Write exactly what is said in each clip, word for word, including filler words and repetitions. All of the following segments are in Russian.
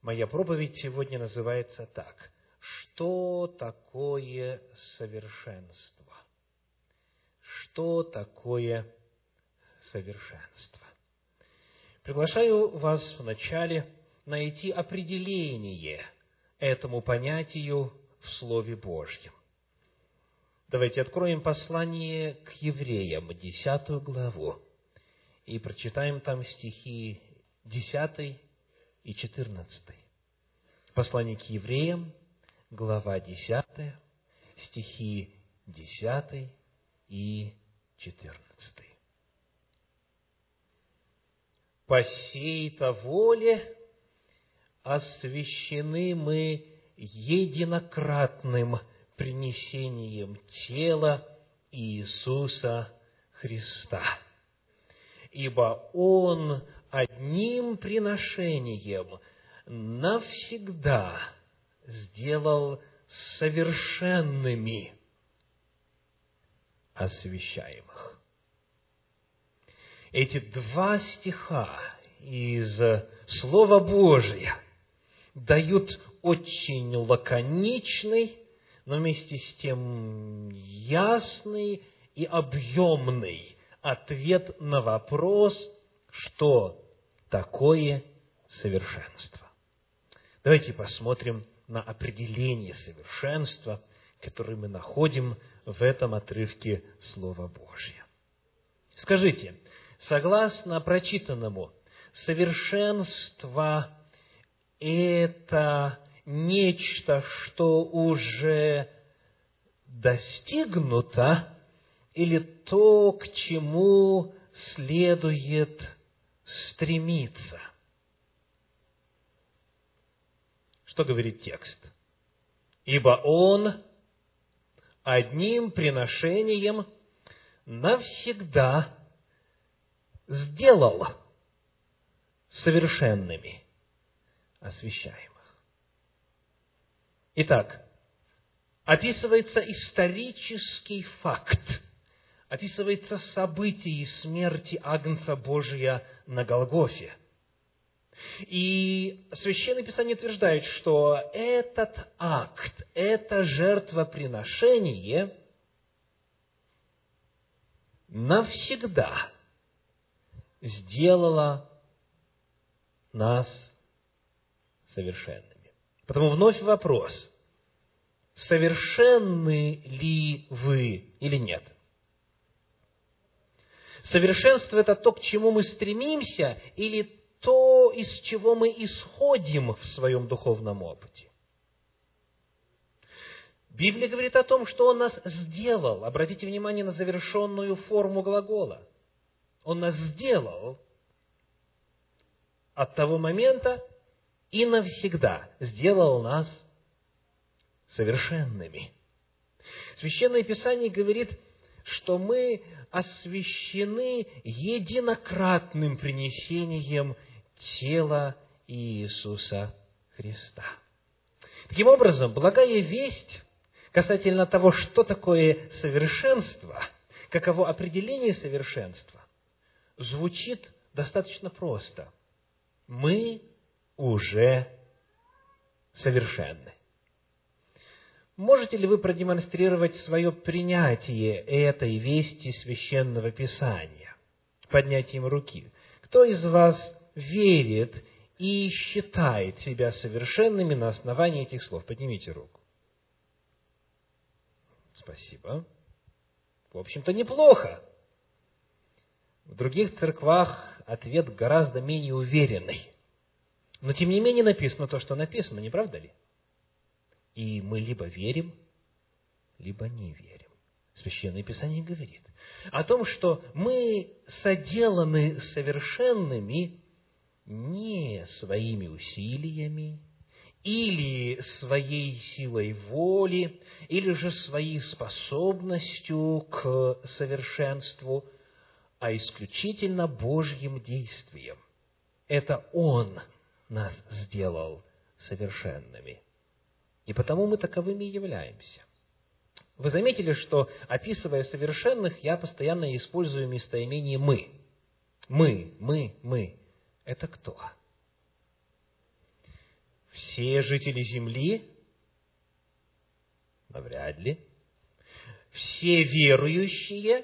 Моя проповедь сегодня называется так: «Что такое совершенство?» Что такое совершенство? Приглашаю вас вначале найти определение этому понятию в Слове Божьем. Давайте откроем послание к евреям, десятую главу, и прочитаем там стихи десятый и четырнадцатый. Послание к евреям, глава десятая, стихи десятый и четырнадцатый. «По сей-то воле освящены мы единократным принесением тела Иисуса Христа, ибо Он одним приношением навсегда сделал совершенными освящаемых». Эти два стиха из Слова Божия дают очень лаконичный, но вместе с тем ясный и объемный ответ на вопрос, что такое совершенство. Давайте посмотрим на определение совершенства, которое мы находим в этом отрывке Слова Божия. Скажите, согласно прочитанному, совершенство – это нечто, что уже достигнуто, или то, к чему следует стремиться? Что говорит текст? «Ибо Он одним приношением навсегда сделал совершенными освящаемых». Итак, описывается исторический факт, описывается событие смерти Агнца Божия на Голгофе. И Священное Писание утверждает, что этот акт, это жертвоприношение навсегда сделало нас совершенными. Потому вновь вопрос: совершенны ли вы или нет? Совершенство – это то, к чему мы стремимся, или то, из чего мы исходим в своем духовном опыте? Библия говорит о том, что Он нас сделал. Обратите внимание на завершенную форму глагола. Он нас сделал от того момента и навсегда сделал нас совершенными. Священное Писание говорит, что мы освящены единократным принесением тела Иисуса Христа. Таким образом, благая весть касательно того, что такое совершенство, каково определение совершенства, звучит достаточно просто. Мы уже совершенны. Можете ли вы продемонстрировать свое принятие этой вести Священного Писания поднятием руки? Кто из вас верит и считает себя совершенными на основании этих слов? Поднимите руку. Спасибо. В общем-то, неплохо. В других церквах ответ гораздо менее уверенный. Но, тем не менее, написано то, что написано, не правда ли? И мы либо верим, либо не верим. Священное Писание говорит о том, что мы соделаны совершенными не своими усилиями, или своей силой воли, или же своей способностью к совершенству, а исключительно Божьим действием. Это Он нас сделал совершенными. И потому мы таковыми и являемся. Вы заметили, что, описывая совершенных, я постоянно использую местоимение «мы». Мы, мы, мы. Это кто? Все жители земли? Навряд ли. Все верующие?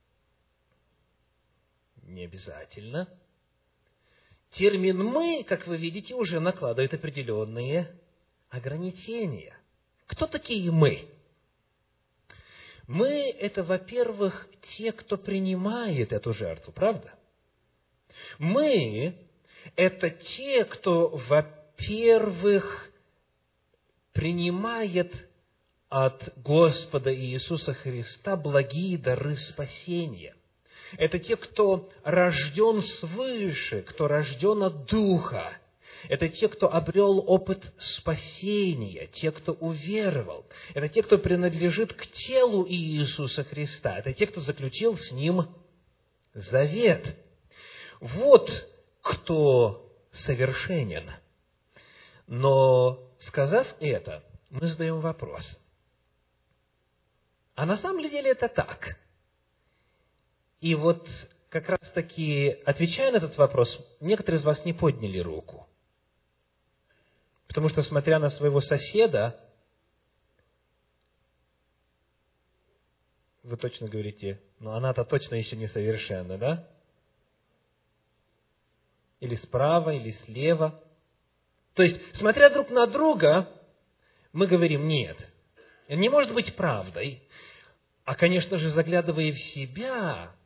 Не обязательно. Термин «мы», как вы видите, уже накладывает определенные ограничения. Кто такие «мы»? Мы – это, во-первых, те, кто принимает эту жертву, правда? Мы – это те, кто, во-первых, принимает от Господа Иисуса Христа благие дары спасения. Это те, кто рожден свыше, кто рожден от Духа. Это те, кто обрел опыт спасения, те, кто уверовал. Это те, кто принадлежит к телу Иисуса Христа. Это те, кто заключил с Ним завет. Вот кто совершенен. Но, сказав это, мы задаем вопрос. А на самом деле это так? И вот как раз-таки, отвечая на этот вопрос, некоторые из вас не подняли руку. Потому что, смотря на своего соседа, вы точно говорите, ну она-то точно еще не совершенна, да? Или справа, или слева. То есть, смотря друг на друга, мы говорим, нет, не может быть правдой. А, конечно же, заглядывая в себя,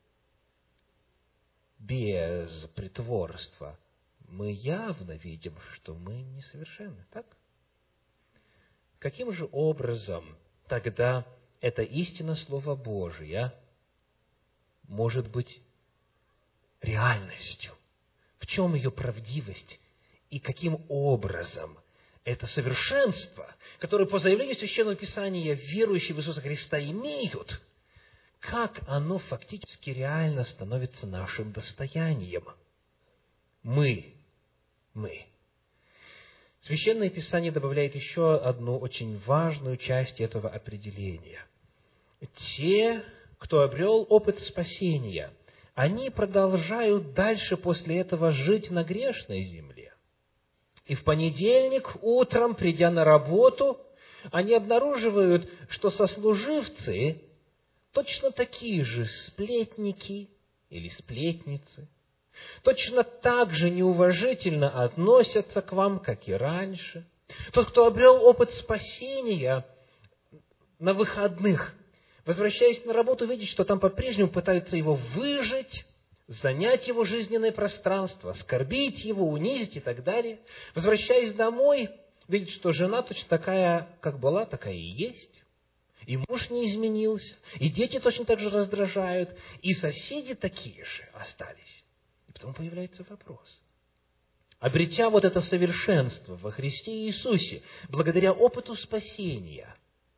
без притворства, мы явно видим, что мы несовершенны, так? Каким же образом тогда эта истина Слова Божия может быть реальностью? В чем ее правдивость? И каким образом это совершенство, которое по заявлению Священного Писания верующие в Иисуса Христа имеют, как оно фактически реально становится нашим достоянием? Мы, мы. Священное Писание добавляет еще одну очень важную часть этого определения. Те, кто обрел опыт спасения, они продолжают дальше после этого жить на грешной земле. И в понедельник утром, придя на работу, они обнаруживают, что сослуживцы точно такие же сплетники или сплетницы, точно так же неуважительно относятся к вам, как и раньше. Тот, кто обрел опыт спасения на выходных, возвращаясь на работу, видит, что там по-прежнему пытаются его выжить, занять его жизненное пространство, оскорбить его, унизить и так далее. Возвращаясь домой, видит, что жена точно такая, как была, такая и есть. И муж не изменился, и дети точно так же раздражают, и соседи такие же остались. И потом появляется вопрос. Обретя вот это совершенство во Христе Иисусе, благодаря опыту спасения,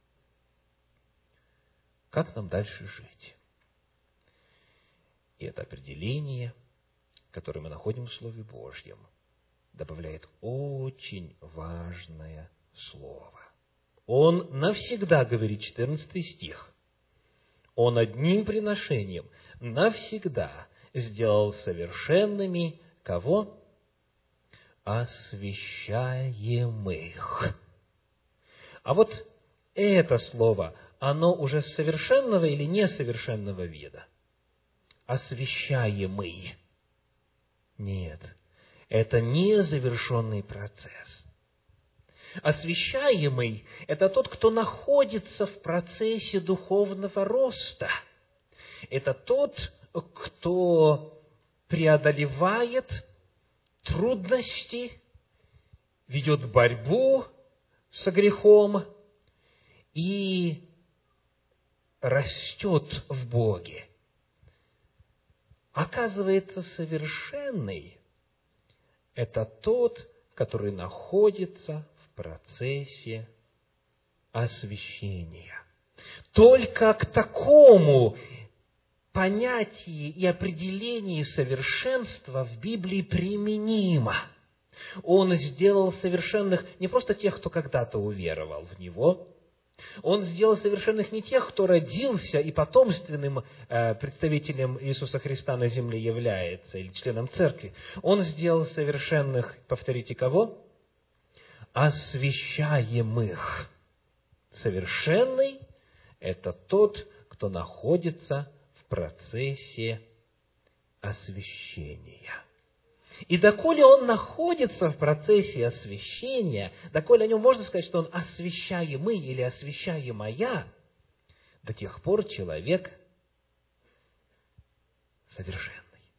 как нам дальше жить? И это определение, которое мы находим в Слове Божьем, добавляет очень важное слово. Он навсегда, говорит четырнадцатый стих, Он одним приношением навсегда сделал совершенными кого? Освящаемых. А вот это слово, оно уже совершенного или несовершенного вида? Освящаемый. Нет, это незавершенный процесс. Освящаемый – это тот, кто находится в процессе духовного роста. Это тот, кто преодолевает трудности, ведет борьбу с грехом и растет в Боге. Оказывается, совершенный – это тот, который находится в процессе освящения. Только к такому понятию и определению совершенства в Библии применимо. Он сделал совершенных не просто тех, кто когда-то уверовал в Него, Он сделал совершенных не тех, кто родился и потомственным э, представителем Иисуса Христа на земле является, или членом церкви. Он сделал совершенных, повторите, кого? освящаемых. Совершенный – это тот, кто находится в процессе освящения. И доколе он находится в процессе освящения, доколе о нем можно сказать, что он освящаемый или освящаемая, до тех пор человек совершенный.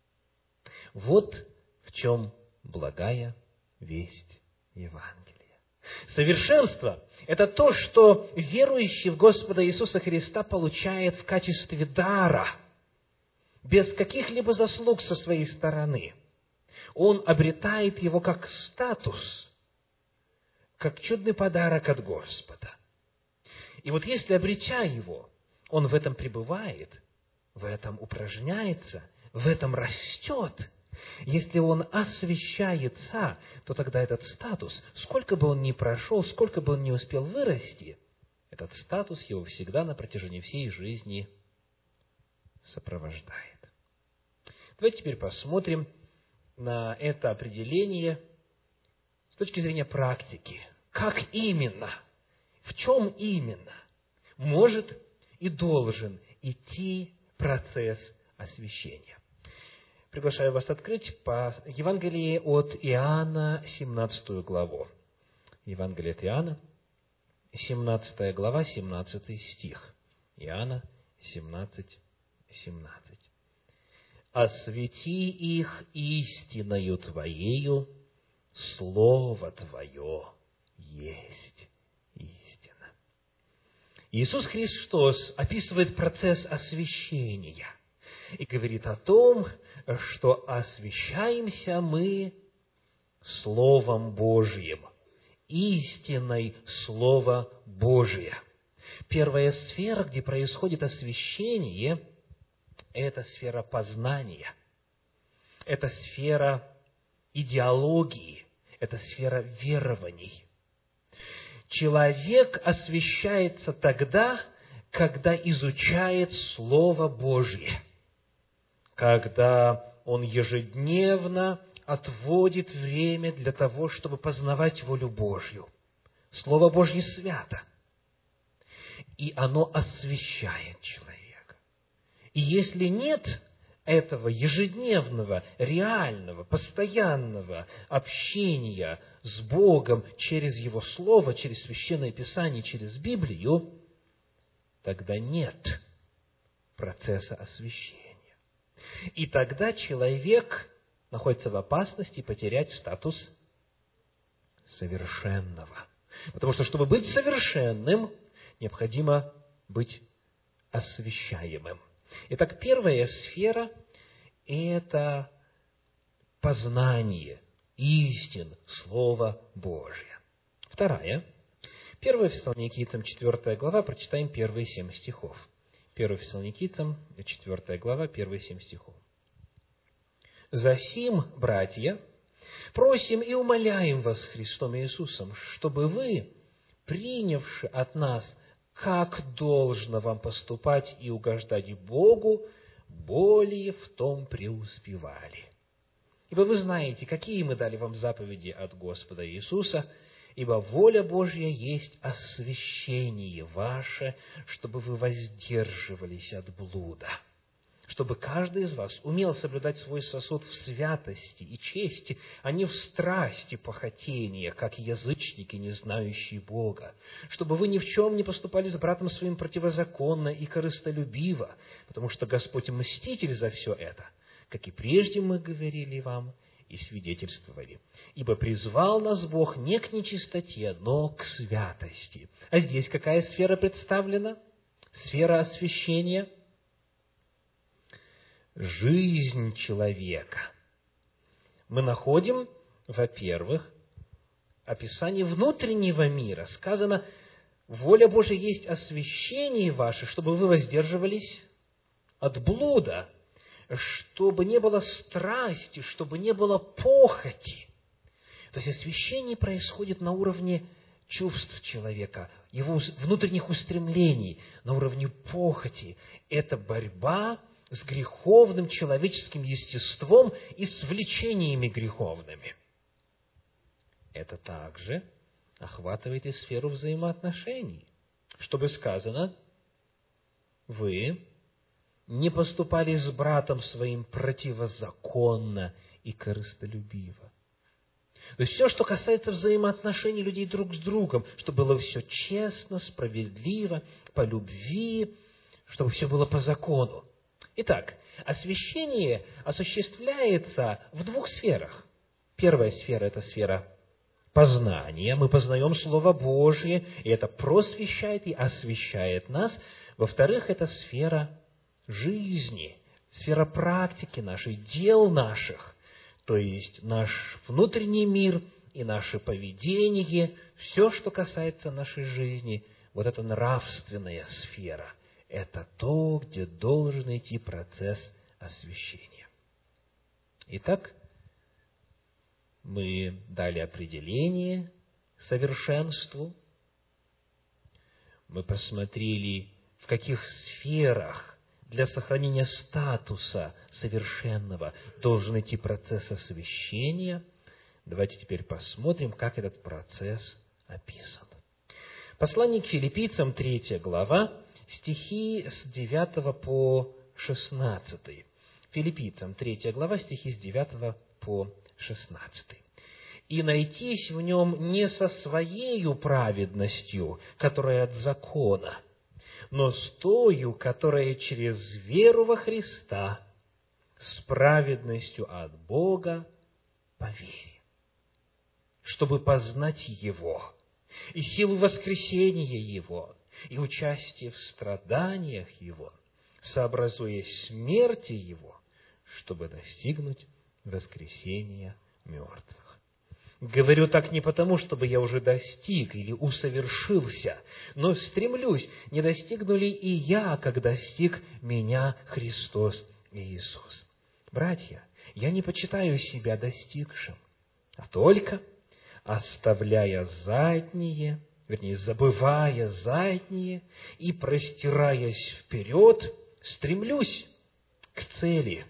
Вот в чем благая весть Евангелия. Совершенство – это то, что верующий в Господа Иисуса Христа получает в качестве дара, без каких-либо заслуг со своей стороны. Он обретает его как статус, как чудный подарок от Господа. И вот если, обретя его, он в этом пребывает, в этом упражняется, в этом растет, если он освящается, то тогда этот статус, сколько бы он ни прошел, сколько бы он ни успел вырасти, этот статус его всегда на протяжении всей жизни сопровождает. Давайте теперь посмотрим на это определение с точки зрения практики. Как именно, в чем именно может и должен идти процесс освящения? Приглашаю вас открыть по Евангелии от Иоанна, семнадцатую главу. Евангелие от Иоанна, семнадцатая глава, семнадцатый стих. Иоанна семнадцать, семнадцать. «Освети их истиною Твоею, Слово Твое есть истина». Иисус Христос описывает процесс освящения и говорит о том, что освящаемся мы Словом Божьим, истиной Слова Божия. Первая сфера, где происходит освящение, это сфера познания, это сфера идеологии, это сфера верований. Человек освящается тогда, когда изучает Слово Божье, когда он ежедневно отводит время для того, чтобы познавать волю Божью. Слово Божье свято, и оно освящает человека. И если нет этого ежедневного, реального, постоянного общения с Богом через Его Слово, через Священное Писание, через Библию, тогда нет процесса освящения. И тогда человек находится в опасности потерять статус совершенного. Потому что, чтобы быть совершенным, необходимо быть освящаемым. Итак, первая сфера – это познание истин Слова Божия. Вторая – первая Фессалоникийцам, четвертая глава, прочитаем первые семь стихов. первая Фессалоникийцам, четвертая глава, первые семь стихов. «Засим, братья, просим и умоляем вас Христом Иисусом, чтобы вы, принявши от нас, как должно вам поступать и угождать Богу, более в том преуспевали. Ибо вы знаете, какие мы дали вам заповеди от Господа Иисуса, ибо воля Божья есть освящение ваше, чтобы вы воздерживались от блуда, чтобы каждый из вас умел соблюдать свой сосуд в святости и чести, а не в страсти похотения, как язычники, не знающие Бога, чтобы вы ни в чем не поступали с братом своим противозаконно и корыстолюбиво, потому что Господь мститель за все это, как и прежде мы говорили вам и свидетельствовали. Ибо призвал нас Бог не к нечистоте, но к святости». А здесь какая сфера представлена? Сфера освящения. Жизнь человека. Мы находим, во-первых, описание внутреннего мира. Сказано, воля Божия есть освящение ваше, чтобы вы воздерживались от блуда, чтобы не было страсти, чтобы не было похоти. То есть освящение происходит на уровне чувств человека, его внутренних устремлений, на уровне похоти. Это борьба с греховным человеческим естеством и с влечениями греховными. Это также охватывает и сферу взаимоотношений. Чтобы сказано, вы не поступали с братом своим противозаконно и корыстолюбиво. То есть все, что касается взаимоотношений людей друг с другом, чтобы было все честно, справедливо, по любви, чтобы все было по закону. Итак, освящение осуществляется в двух сферах. Первая сфера – это сфера познания. Мы познаем Слово Божие, и это просвещает и освящает нас. Во-вторых, это сфера жизни, сфера практики нашей, дел наших, то есть наш внутренний мир и наше поведение, все, что касается нашей жизни, вот эта нравственная сфера, это то, где должен идти процесс освящения. Итак, мы дали определение совершенству, мы посмотрели, в каких сферах для сохранения статуса совершенного должен идти процесс освящения. Давайте теперь посмотрим, как этот процесс описан. Послание к филиппийцам, третья глава, стихи с девятого по шестнадцатый. Филиппийцам, третья глава, стихи с девятого по шестнадцатый. «И найтись в нем не со своею праведностью, которая от закона, но с тою, которая через веру во Христа, с праведностью от Бога по вере, чтобы познать Его, и силу воскресения Его, и участие в страданиях Его, сообразуя смерти Его, чтобы достигнуть воскресения мертвых». Говорю так не потому, чтобы я уже достиг или усовершился, но стремлюсь, не достигну ли и я, как достиг меня Христос Иисус. Братья, я не почитаю себя достигшим, а только, оставляя задние, вернее, забывая задние и простираясь вперед, стремлюсь к цели,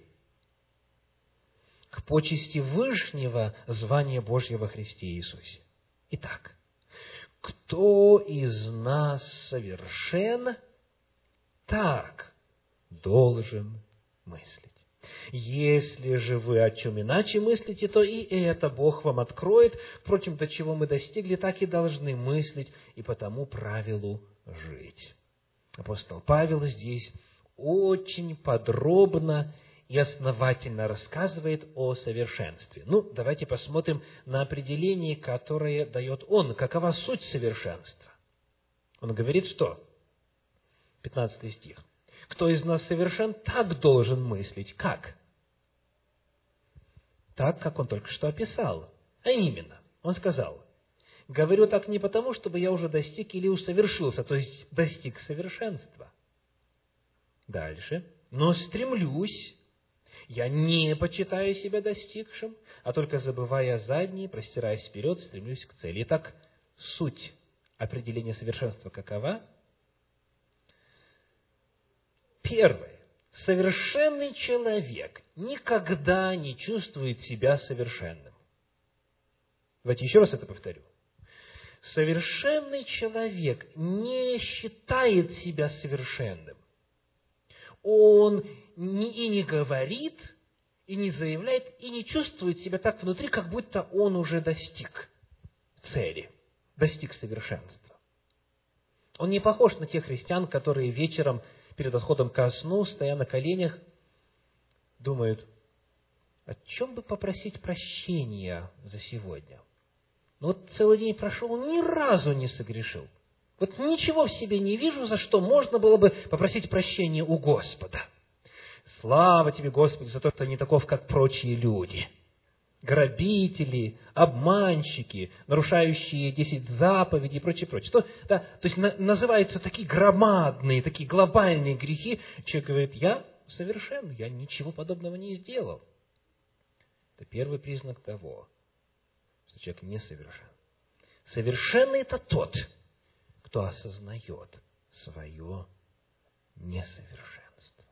к почести вышнего звания Божьего во Христе Иисусе. Итак, кто из нас совершен, так должен мыслить. Если же вы о чем иначе мыслите, то и это Бог вам откроет. Впрочем, до чего мы достигли, так и должны мыслить, и по тому правилу жить. Апостол Павел здесь очень подробно и основательно рассказывает о совершенстве. Ну, давайте посмотрим на определение, которое дает он. Какова суть совершенства? Он говорит, что? пятнадцатый стих. «Кто из нас совершен, так должен мыслить». Как? Так, как он только что описал. А именно, он сказал, «Говорю так не потому, чтобы я уже достиг или усовершился», то есть достиг совершенства. Дальше. «Но стремлюсь». Я не почитаю себя достигшим, а только забывая задние, простираясь вперед, стремлюсь к цели. Итак, суть определения совершенства какова? Первое. Совершенный человек никогда не чувствует себя совершенным. Давайте еще раз это повторю. Совершенный человек не считает себя совершенным. Он не, и не говорит, и не заявляет, и не чувствует себя так внутри, как будто он уже достиг цели, достиг совершенства. Он не похож на тех христиан, которые вечером перед отходом ко сну, стоя на коленях, думают, о чем бы попросить прощения за сегодня? Ну вот целый день прошел, ни разу не согрешил. Вот ничего в себе не вижу, за что можно было бы попросить прощения у Господа. Слава Тебе, Господи, за то, что ты не таков, как прочие люди. Грабители, обманщики, нарушающие десять заповедей и прочее, прочее. То, да, то есть на, называются такие громадные, такие глобальные грехи. Человек говорит, я совершен, я ничего подобного не сделал. Это первый признак того, что человек не совершен. Совершенный – это тот, кто осознает свое несовершенство.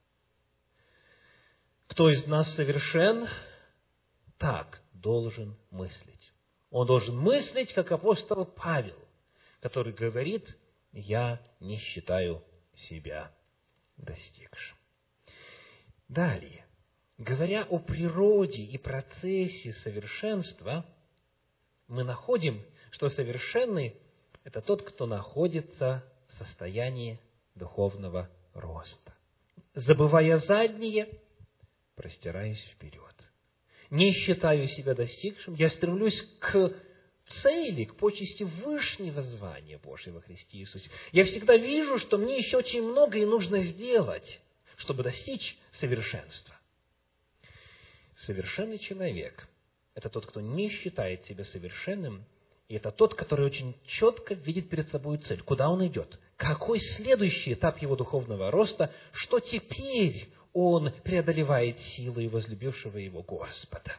Кто из нас совершен, так должен мыслить. Он должен мыслить, как апостол Павел, который говорит: «Я не считаю себя достигшим». Далее, говоря о природе и процессе совершенства, мы находим, что совершенный – это тот, кто находится в состоянии духовного роста. Забывая заднее, простираясь вперед. Не считаю себя достигшим, я стремлюсь к цели, к почести вышнего звания Божьего во Христе Иисусе. Я всегда вижу, что мне еще очень многое нужно сделать, чтобы достичь совершенства. Совершенный человек – это тот, кто не считает себя совершенным, и это тот, который очень четко видит перед собой цель, куда он идет, какой следующий этап его духовного роста, что теперь он преодолевает силой возлюбившего его Господа.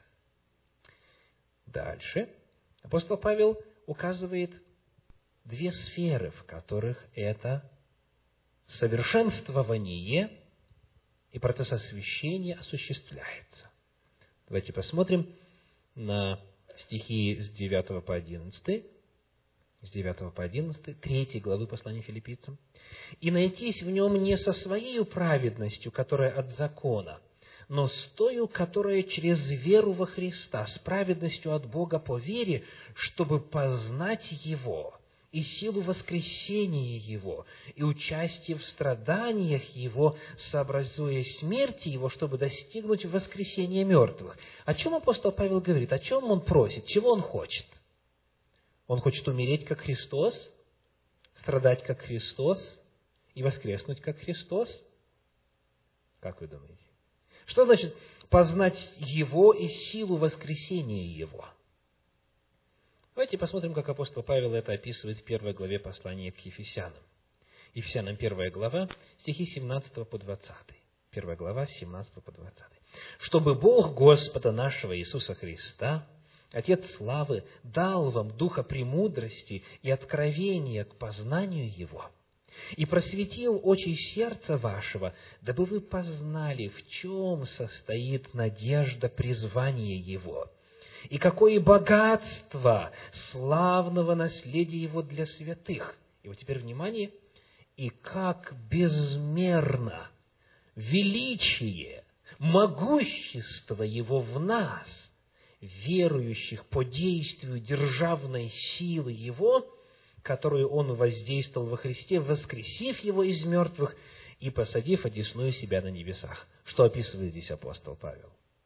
Дальше апостол Павел указывает две сферы, в которых это совершенствование и процесс освящения осуществляется. Давайте посмотрим на стихи с девятого по одиннадцатый, с девятого по одиннадцатый, третьей главы послания Филиппийцам. «И найтись в нем не со своей праведностью, которая от закона, но с тою, которая через веру во Христа, с праведностью от Бога по вере, чтобы познать Его и силу воскресения Его, и участие в страданиях Его, сообразуя смерти Его, чтобы достигнуть воскресения мертвых». О чем апостол Павел говорит? О чем он просит? Чего он хочет? Он хочет умереть, как Христос, страдать, как Христос, и воскреснуть, как Христос? Как вы думаете? Что значит познать Его и силу воскресения Его? Давайте посмотрим, как апостол Павел это описывает в первой главе послания к Ефесянам. Ефесянам первая глава, стихи семнадцатого по двадцатый. Первая глава, семнадцатого по двадцатый. «Чтобы Бог Господа нашего Иисуса Христа, Отец славы, дал вам духа премудрости и откровения к познанию Его, и просветил очи сердца вашего, дабы вы познали, в чем состоит надежда призвания Его, и какое богатство славного наследия Его для святых». И вот теперь внимание. «И как безмерно величие, могущество Его в нас, верующих по действию державной силы Его, которую Он воздействовал во Христе, воскресив Его из мертвых и посадив одесную себя на небесах». Что описывает здесь апостол Павел?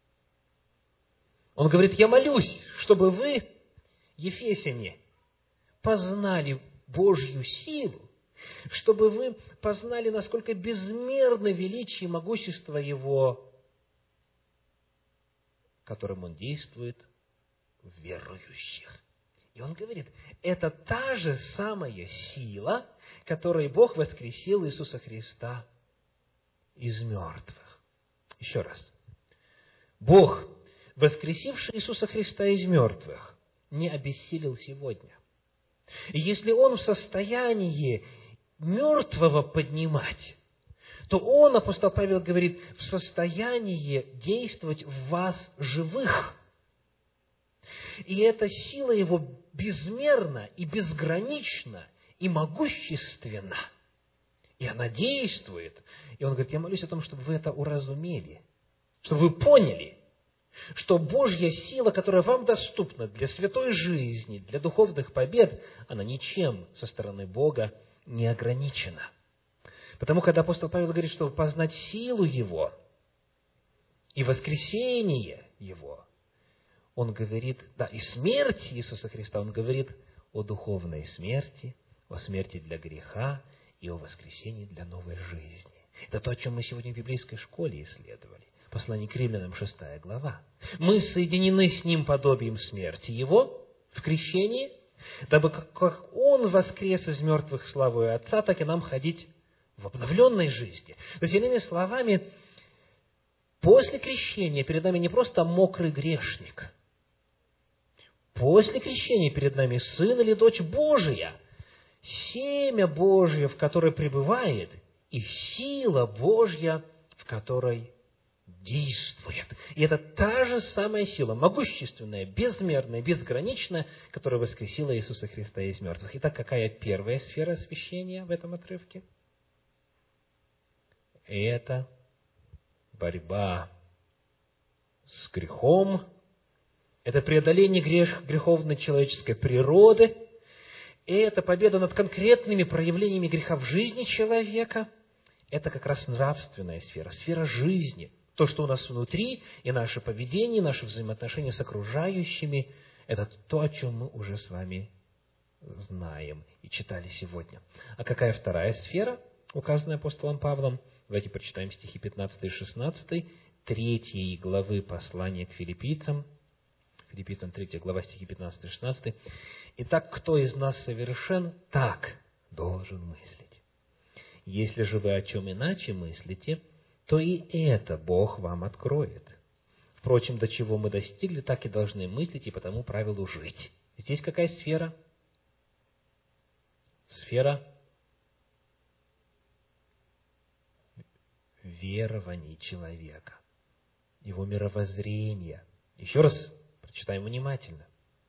Он говорит: «Я молюсь, чтобы вы, ефесяне, познали Божью силу, чтобы вы познали, насколько безмерно величие и могущество Его, которым Он действует в верующих». И он говорит, это та же самая сила, которой Бог воскресил Иисуса Христа из мертвых. Еще раз. Бог, воскресивший Иисуса Христа из мертвых, не обессилел сегодня. И если Он в состоянии мертвого поднимать, то Он, апостол Павел говорит, в состоянии действовать в вас живых. И эта сила Его безмерна и безгранична и могущественна. И она действует. И Он говорит, я молюсь о том, чтобы вы это уразумели, чтобы вы поняли, что Божья сила, которая вам доступна для святой жизни, для духовных побед, она ничем со стороны Бога не ограничена. Потому, когда апостол Павел говорит, чтобы познать силу Его и воскресение Его, он говорит, да, и смерть Иисуса Христа, он говорит о духовной смерти, о смерти для греха и о воскресении для новой жизни. Это то, о чем мы сегодня в библейской школе исследовали. Послание к Римлянам, шестая глава. Мы соединены с Ним подобием смерти Его в крещении, дабы как Он воскрес из мертвых славою Отца, так и нам ходить в обновленной жизни. То есть, иными словами, после крещения перед нами не просто мокрый грешник. После крещения перед нами Сын или Дочь Божия, семя Божье, в которой пребывает, и сила Божья, в которой действует. И это та же самая сила, могущественная, безмерная, безграничная, которая воскресила Иисуса Христа из мертвых. Итак, какая первая сфера освящения в этом отрывке? Это борьба с грехом, это преодоление грех, греховной человеческой природы, и это победа над конкретными проявлениями греха в жизни человека. Это как раз нравственная сфера, сфера жизни. То, что у нас внутри, и наше поведение, и наши взаимоотношения с окружающими, это то, о чем мы уже с вами знаем и читали сегодня. А какая вторая сфера, указанная апостолом Павлом? Давайте прочитаем стихи пятнадцатый и шестнадцатый, третьей главы послания к филиппийцам. Филиппийцам третья глава, стихи пятнадцатый и шестнадцатый. «Итак, кто из нас совершен, так должен мыслить. Если же вы о чем иначе мыслите, то и это Бог вам откроет. Впрочем, до чего мы достигли, так и должны мыслить, и по тому правилу жить». Здесь какая сфера? Сфера верований человека, его мировоззрения. Еще раз прочитаем внимательно.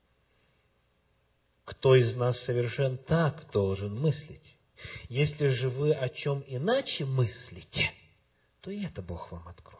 «Кто из нас совершен, так должен мыслить. Если же вы о чем иначе мыслите, то и это Бог вам откроет».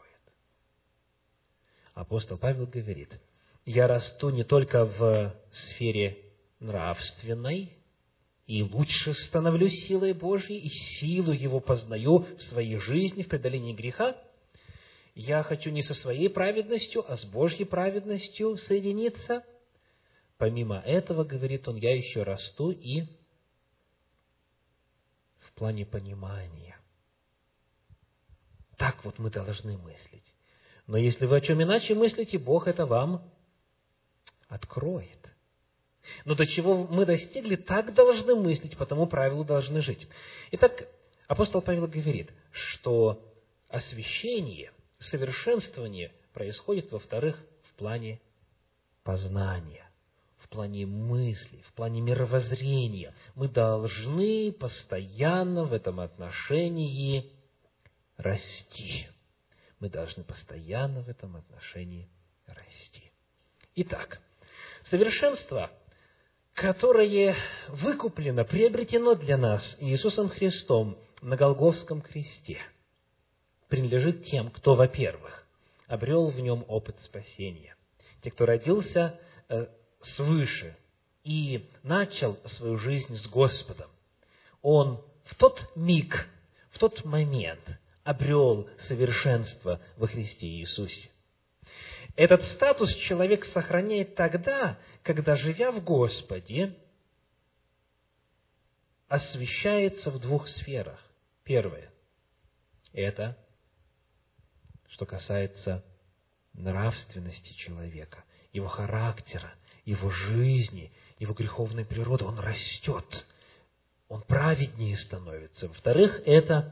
Апостол Павел говорит: «Я расту не только в сфере нравственной, и лучше становлюсь силой Божьей, и силу Его познаю в своей жизни, в преодолении греха. Я хочу не со своей праведностью, а с Божьей праведностью соединиться. Помимо этого, — говорит он, — я еще расту и в плане понимания». Так вот мы должны мыслить. Но если вы о чем иначе мыслите, Бог это вам откроет. Но до чего мы достигли, так должны мыслить, по тому правилу должны жить. Итак, апостол Павел говорит, что освящение, совершенствование происходит, во-вторых, в плане познания, в плане мысли, в плане мировоззрения. Мы должны постоянно в этом отношении расти. Мы должны постоянно в этом отношении расти. Итак, совершенство, которое выкуплено, приобретено для нас Иисусом Христом на Голгофском кресте, принадлежит тем, кто, во-первых, обрел в нем опыт спасения. Те, кто родился э, свыше и начал свою жизнь с Господом, он в тот миг, в тот момент обрел совершенство во Христе Иисусе. Этот статус человек сохраняет тогда, когда, живя в Господе, освящается в двух сферах. Первое – это что касается нравственности человека, его характера, его жизни, его греховной природы. Он растет, он праведнее становится. Во-вторых, это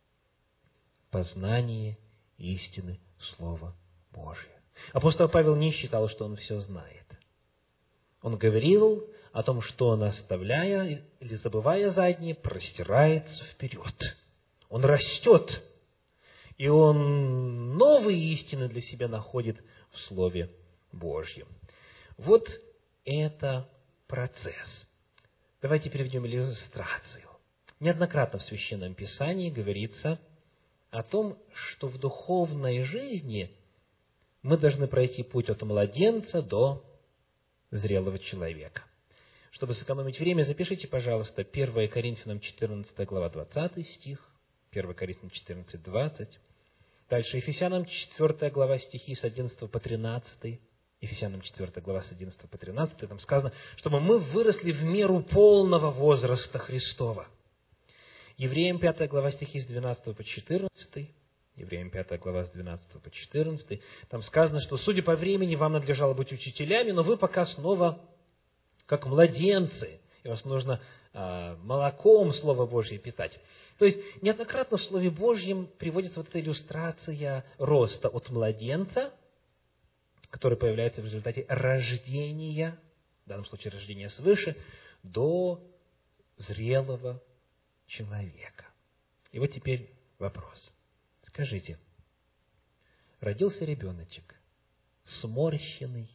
познание истины Слова Божия. Апостол Павел не считал, что он все знает. Он говорил о том, что он, оставляя или забывая заднее, простирается вперед. Он растет, и он новые истины для себя находит в Слове Божьем. Вот это процесс. Давайте приведем иллюстрацию. Неоднократно в Священном Писании говорится о том, что в духовной жизни мы должны пройти путь от младенца до зрелого человека. Чтобы сэкономить время, запишите, пожалуйста, первое Коринфянам четырнадцатая глава, двадцатый стих, первое Коринфянам четырнадцать, двадцать. Дальше Ефесянам четвёртая глава, стихи с одиннадцатого по тринадцатый. Ефесянам четвёртая глава, с одиннадцатого по тринадцатый. Там сказано, чтобы мы выросли в меру полного возраста Христова. Евреям пятая глава, стихи с двенадцатого по четырнадцатый. Евреям пятая глава, с двенадцатого по четырнадцатый. Там сказано, что, судя по времени, вам надлежало быть учителями, но вы пока снова как младенцы, и вас нужно а, молоком Слова Божье питать. То есть, неоднократно в Слове Божьем приводится вот эта иллюстрация роста от младенца, который появляется в результате рождения, в данном случае рождения свыше, до зрелого человека. И вот теперь вопрос. Скажите, родился ребеночек, сморщенный,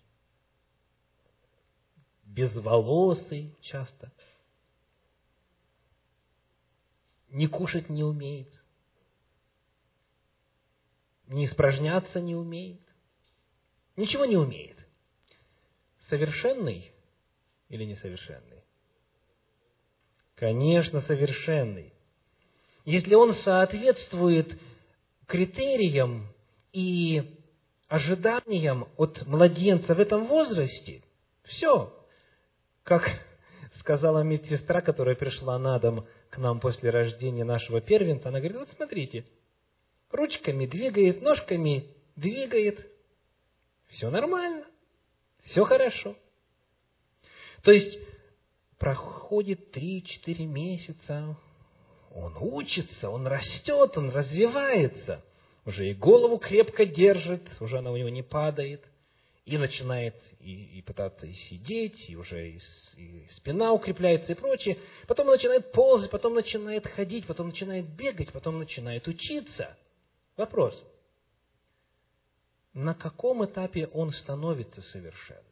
безволосый часто, не кушать не умеет, не испражняться не умеет, ничего не умеет. Совершенный или несовершенный? Конечно, совершенный. Если он соответствует критериям и ожиданиям от младенца в этом возрасте, все. Как сказала медсестра, которая пришла на дом к нам после рождения нашего первенца, она говорит: вот смотрите, ручками двигает, ножками двигает, все нормально, все хорошо. То есть, проходит три-четыре месяца, он учится, он растет, он развивается, уже и голову крепко держит, уже она у него не падает, и начинает и, и пытаться и сидеть, и уже и, и спина укрепляется и прочее. Потом он начинает ползать, потом начинает ходить, потом начинает бегать, потом начинает учиться. Вопрос: на каком этапе он становится совершенным?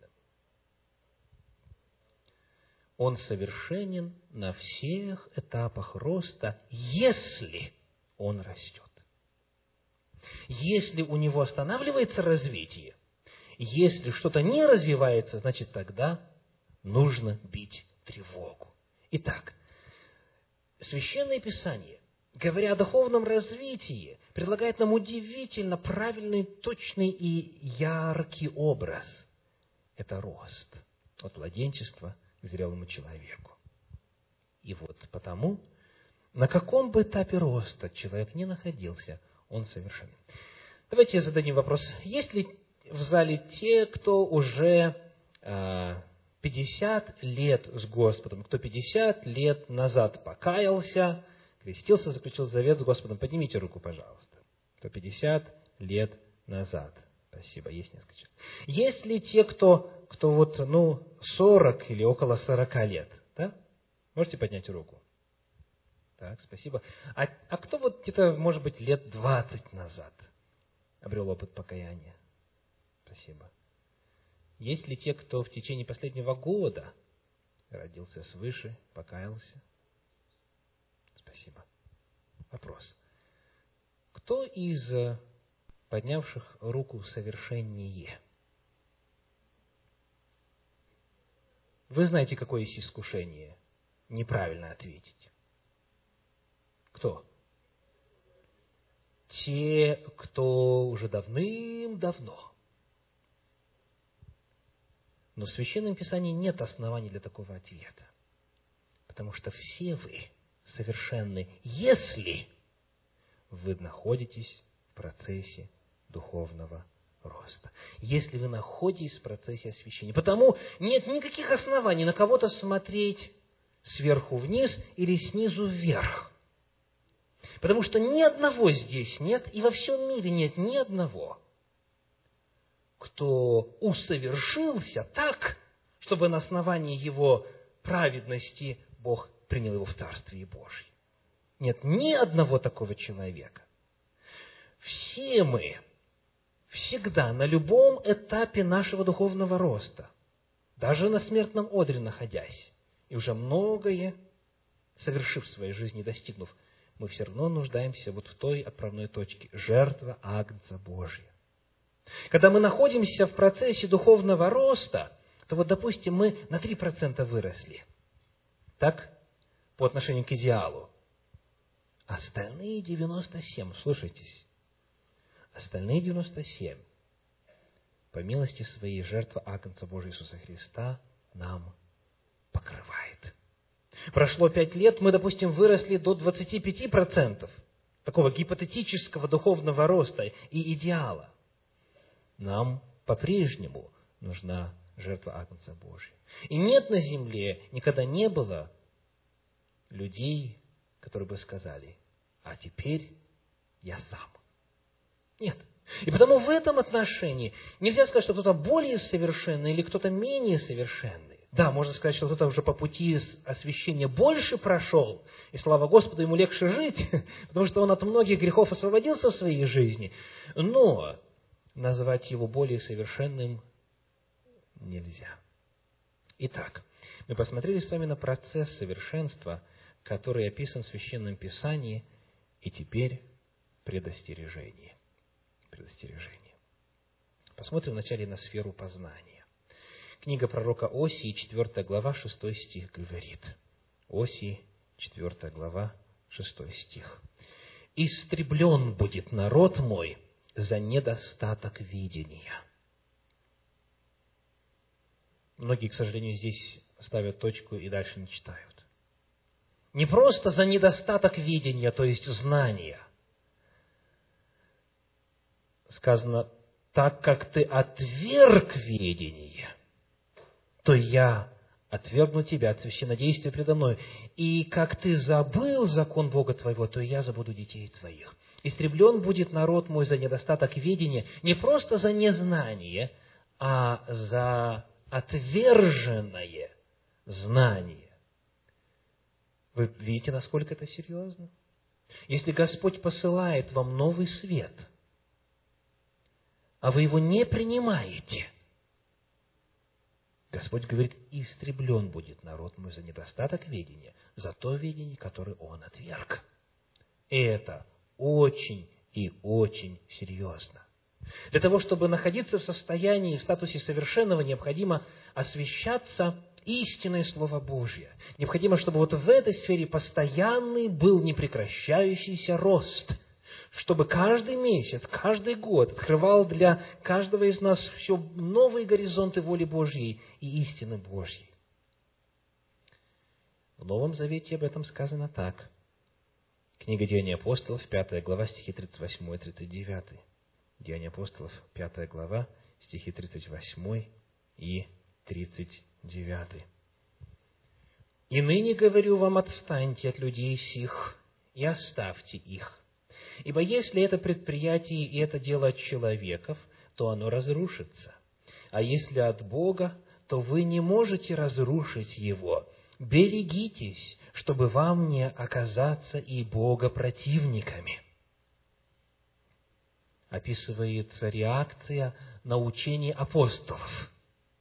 Он совершенен на всех этапах роста, если он растет. Если у него останавливается развитие, если что-то не развивается, значит, тогда нужно бить тревогу. Итак, Священное Писание, говоря о духовном развитии, предлагает нам удивительно правильный, точный и яркий образ. Это рост от младенчества к зрелому человеку. И вот потому, на каком бы этапе роста человек ни находился, он совершенен. Давайте зададим вопрос: есть ли в зале те, кто уже э, пятьдесят лет с Господом, кто пятьдесят лет назад покаялся, крестился, заключил завет с Господом? Поднимите руку, пожалуйста. Кто пятьдесят лет назад. Спасибо, есть несколько человек. Есть ли те, кто, кто вот, ну, сорок или около сорока лет? Да? Можете поднять руку? Так, спасибо. А, а кто вот где-то, может быть, лет двадцать назад обрел опыт покаяния? Спасибо. Есть ли те, кто в течение последнего года родился свыше, покаялся? Спасибо. Вопрос. Кто из поднявших руку совершеннее? Вы знаете, какое есть искушение неправильно ответить. Кто? Те, кто уже давным-давно. Но в Священном Писании нет оснований для такого ответа. Потому что все вы совершенны, если вы находитесь в процессе духовного роста. Если вы находитесь в процессе освящения. Потому нет никаких оснований на кого-то смотреть сверху вниз или снизу вверх. Потому что ни одного здесь нет, и во всем мире нет ни одного, кто усовершился так, чтобы на основании его праведности Бог принял его в Царствие Божие. Нет ни одного такого человека. Все мы всегда, на любом этапе нашего духовного роста, даже на смертном одре находясь, и уже многое совершив в своей жизни, достигнув, мы все равно нуждаемся вот в той отправной точке – жертва Агнца Божия. Когда мы находимся в процессе духовного роста, то вот, допустим, мы на три процента выросли. Так? По отношению к идеалу. Остальные девяносто семь, слушайтесь, остальные девяносто семь, по милости своей, жертва Агнца Божия Иисуса Христа нам покрывает. Прошло пять лет, мы, допустим, выросли до двадцати пяти процентов такого гипотетического духовного роста и идеала. Нам по-прежнему нужна жертва Агнца Божия. И нет на земле, никогда не было людей, которые бы сказали: а теперь я сам. Нет. И потому в этом отношении нельзя сказать, что кто-то более совершенный или кто-то менее совершенный. Да, можно сказать, что кто-то уже по пути освящения больше прошел, и слава Господу, ему легче жить, потому что он от многих грехов освободился в своей жизни. Но назвать его более совершенным нельзя. Итак, мы посмотрели с вами на процесс совершенства, который описан в Священном Писании, и теперь предостережение. Предостережение. Посмотрим вначале на сферу познания. Книга пророка Осии, четвёртая глава, шестой стих говорит. Осии, четвёртая глава, шестой стих. «Истреблен будет народ мой за недостаток видения». Многие, к сожалению, здесь ставят точку и дальше не читают. Не просто за недостаток видения, то есть знания. Сказано, так как ты отверг видение, то я отвергну тебя от священнодействия предо мной. И как ты забыл закон Бога твоего, то я забуду детей твоих. Истреблен будет народ мой за недостаток видения, не просто за незнание, а за отверженное знание. Вы видите, насколько это серьезно? Если Господь посылает вам новый свет, а вы его не принимаете, Господь говорит, истреблен будет народ мой за недостаток ведения, за то ведение, которое он отверг. И это очень и очень серьезно. Для того, чтобы находиться в состоянии, в статусе совершенного, необходимо освящаться истинное Слово Божье. Необходимо, чтобы вот в этой сфере постоянный был непрекращающийся рост, чтобы каждый месяц, каждый год открывал для каждого из нас все новые горизонты воли Божьей и истины Божьей. В Новом Завете об этом сказано так. Книга Деяний апостолов, пятая глава, стихи тридцать восьмой и тридцать девятый. Деяния апостолов, пятая глава, стихи тридцать восьмой и тридцать девятый. «И ныне говорю вам, отстаньте от людей сих и оставьте их. Ибо если это предприятие и это дело от человеков, то оно разрушится. А если от Бога, то вы не можете разрушить его. Берегитесь, чтобы вам не оказаться и Бога противниками». Описывается реакция на учение апостолов.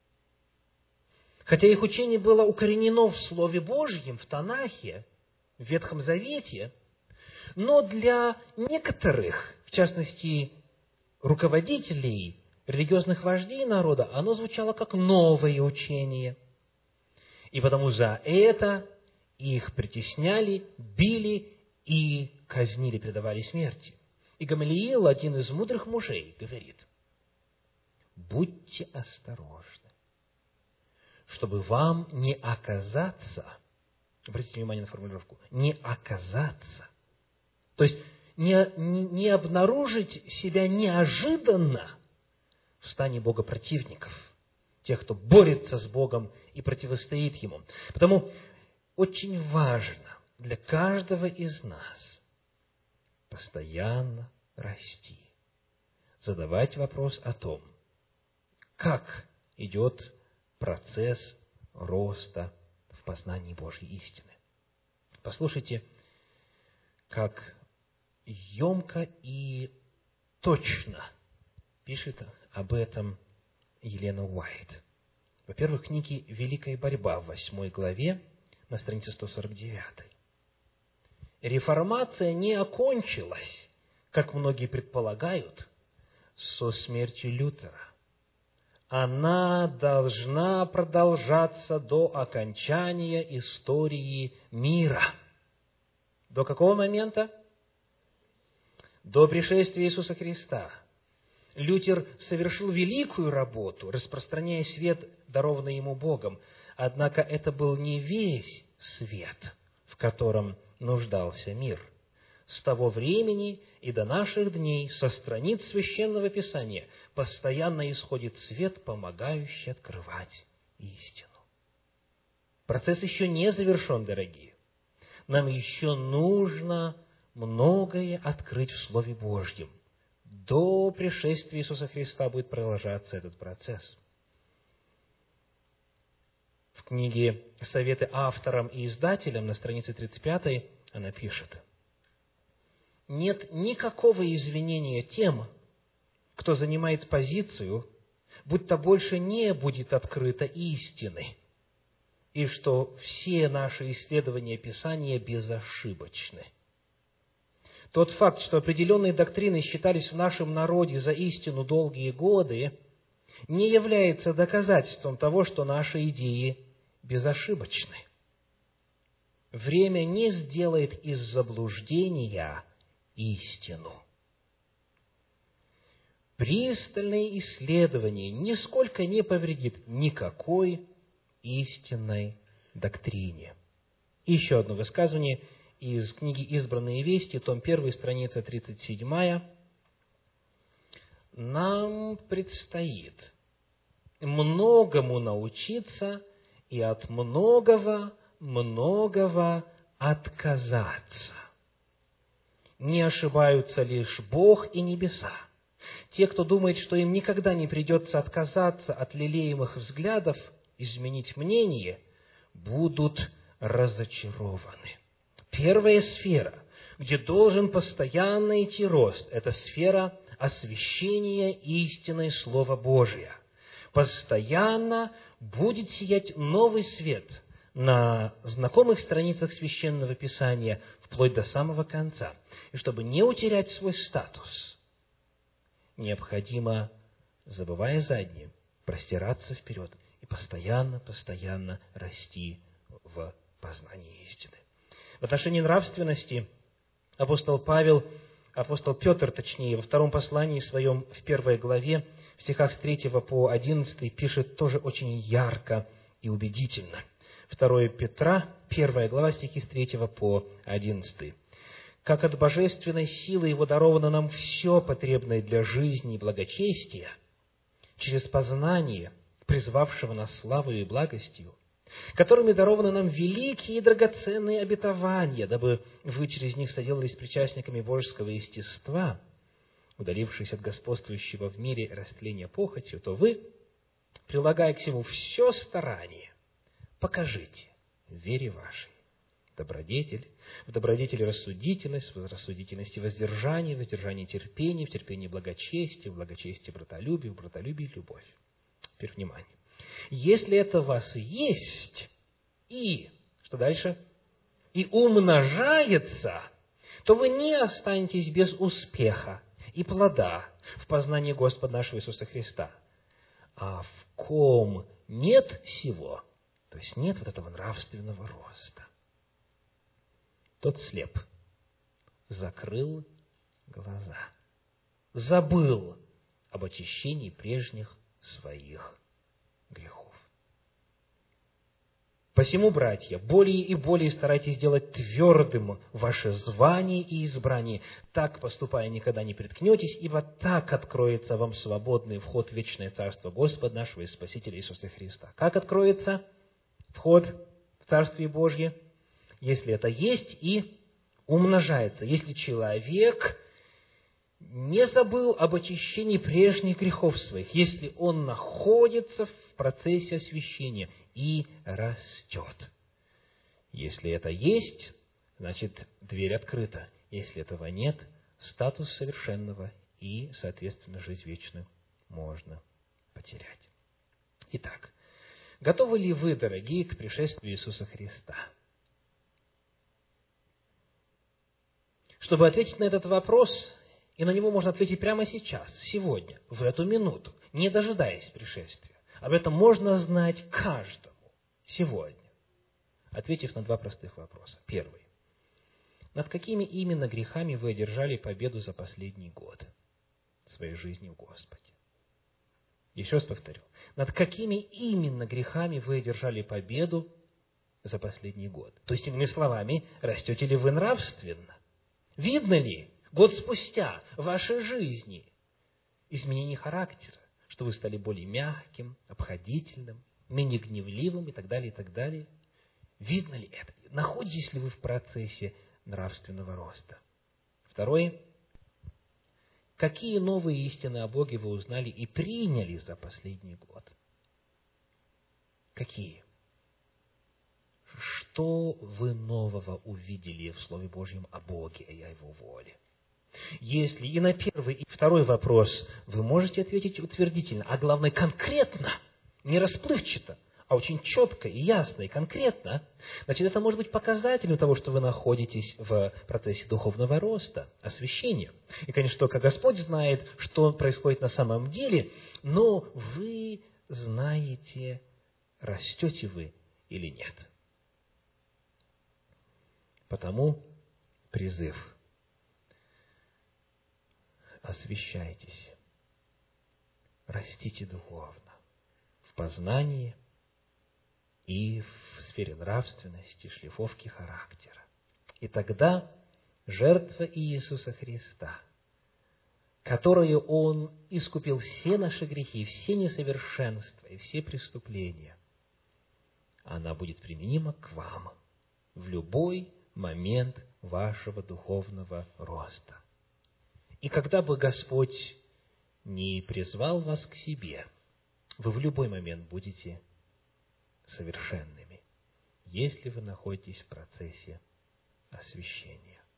Хотя их учение было укоренено в Слове Божьем, в Танахе, в Ветхом Завете, но для некоторых, в частности, руководителей, религиозных вождей народа, оно звучало как новое учение. И потому за это их притесняли, били и казнили, предавали смерти. И Гамалиил, один из мудрых мужей, говорит, будьте осторожны, чтобы вам не оказаться, обратите внимание на формулировку, не оказаться, то есть не, не, не обнаружить себя неожиданно в стане богопротивников, тех, кто борется с Богом и противостоит Ему. Потому очень важно для каждого из нас постоянно расти, задавать вопрос о том, как идет процесс роста в познании Божьей истины. Послушайте, как емко и точно пишет об этом Елена Уайт. Во-первых, в книге «Великая борьба» в восьмой главе на странице сто сорок девятой. Реформация не окончилась, как многие предполагают, со смертью Лютера. Она должна продолжаться до окончания истории мира. До какого момента? До пришествия Иисуса Христа. Лютер совершил великую работу, распространяя свет, дарованный ему Богом. Однако это был не весь свет, в котором нуждался мир. С того времени и до наших дней со страниц Священного Писания постоянно исходит свет, помогающий открывать истину. Процесс еще не завершен, дорогие. Нам еще нужно многое открыть в Слове Божьем. До пришествия Иисуса Христа будет продолжаться этот процесс. В книге «Советы авторам и издателям» на странице тридцать пятой она пишет: «Нет никакого извинения тем, кто занимает позицию, будто больше не будет открыто истины, и что все наши исследования Писания безошибочны. Тот факт, что определенные доктрины считались в нашем народе за истину долгие годы, не является доказательством того, что наши идеи безошибочны. Время не сделает из заблуждения истину. Пристальное исследование нисколько не повредит никакой истинной доктрине. Еще одно высказывание из книги «Избранные вести», том один, страница тридцать семь. Нам предстоит многому научиться и от многого, многого отказаться. Не ошибаются лишь Бог и небеса. Те, кто думает, что им никогда не придется отказаться от лелеемых взглядов, изменить мнение, будут разочарованы. Первая сфера, где должен постоянно идти рост, это сфера освящения истиной Слова Божия. Постоянно будет сиять новый свет на знакомых страницах Священного Писания вплоть до самого конца. И чтобы не утерять свой статус, необходимо, забывая заднее, простираться вперед и постоянно, постоянно расти в познании истины. В отношении нравственности апостол Павел, апостол Петр, точнее, во втором послании своем, в первой главе, в стихах с третьего по одиннадцатый, пишет тоже очень ярко и убедительно. второе Петра, первая глава, стихи с третьего по одиннадцатый. «Как от божественной силы Его даровано нам все потребное для жизни и благочестия, через познание, призвавшего нас славою и благостью, которыми дарованы нам великие и драгоценные обетования, дабы вы через них соделались причастниками божеского естества, удалившись от господствующего в мире растления похотью, то вы, прилагая к всему все старание, покажите в вере вашей добродетель, в добродетели рассудительность, в рассудительности воздержание, в воздержании терпение, в терпении благочестие, в благочестии братолюбие, в братолюбии любовь». Теперь внимание. Если это в вас есть, и, что дальше? И умножается, то вы не останетесь без успеха и плода в познании Господа нашего Иисуса Христа. А в ком нет сего, то есть нет вот этого нравственного роста, тот слеп, закрыл глаза, забыл об очищении прежних своих грехов. Посему, братья, более и более старайтесь сделать твердым ваше звание и избрание. Так, поступая, никогда не приткнетесь, ибо так откроется вам свободный вход в вечное Царство Господа нашего и Спасителя Иисуса Христа. Как откроется вход в Царствие Божье? Если это есть и умножается. Если человек не забыл об очищении прежних грехов своих, если он находится в процессе освящения и растет. Если это есть, значит, дверь открыта. Если этого нет, статус совершенного и, соответственно, жизнь вечную можно потерять. Итак, готовы ли вы, дорогие, к пришествию Иисуса Христа? Чтобы ответить на этот вопрос, и на него можно ответить прямо сейчас, сегодня, в эту минуту, не дожидаясь пришествия. Об этом можно знать каждому сегодня, ответив на два простых вопроса. Первый. Над какими именно грехами вы одержали победу за последний год своей жизни в Господе? Еще раз повторю. Над какими именно грехами вы одержали победу за последний год? То есть, иными словами, растете ли вы нравственно? Видно ли год спустя в вашей жизни изменение характера, что вы стали более мягким, обходительным, менее гневливым и так далее, и так далее? Видно ли это? Находитесь ли вы в процессе нравственного роста? Второе. Какие новые истины о Боге вы узнали и приняли за последний год? Какие? Что вы нового увидели в Слове Божьем о Боге и о Его воле? Если и на первый, и второй вопрос вы можете ответить утвердительно, а главное конкретно, не расплывчато, а очень четко и ясно и конкретно, значит, это может быть показателем того, что вы находитесь в процессе духовного роста, освящения. И, конечно, только Господь знает, что происходит на самом деле, но вы знаете, растете вы или нет. Потому призыв: освящайтесь, растите духовно в познании и в сфере нравственности, шлифовки характера. И тогда жертва Иисуса Христа, которую Он искупил все наши грехи, все несовершенства и все преступления, она будет применима к вам в любой момент вашего духовного роста. И когда бы Господь не призвал вас к себе, вы в любой момент будете совершенными, если вы находитесь в процессе освящения.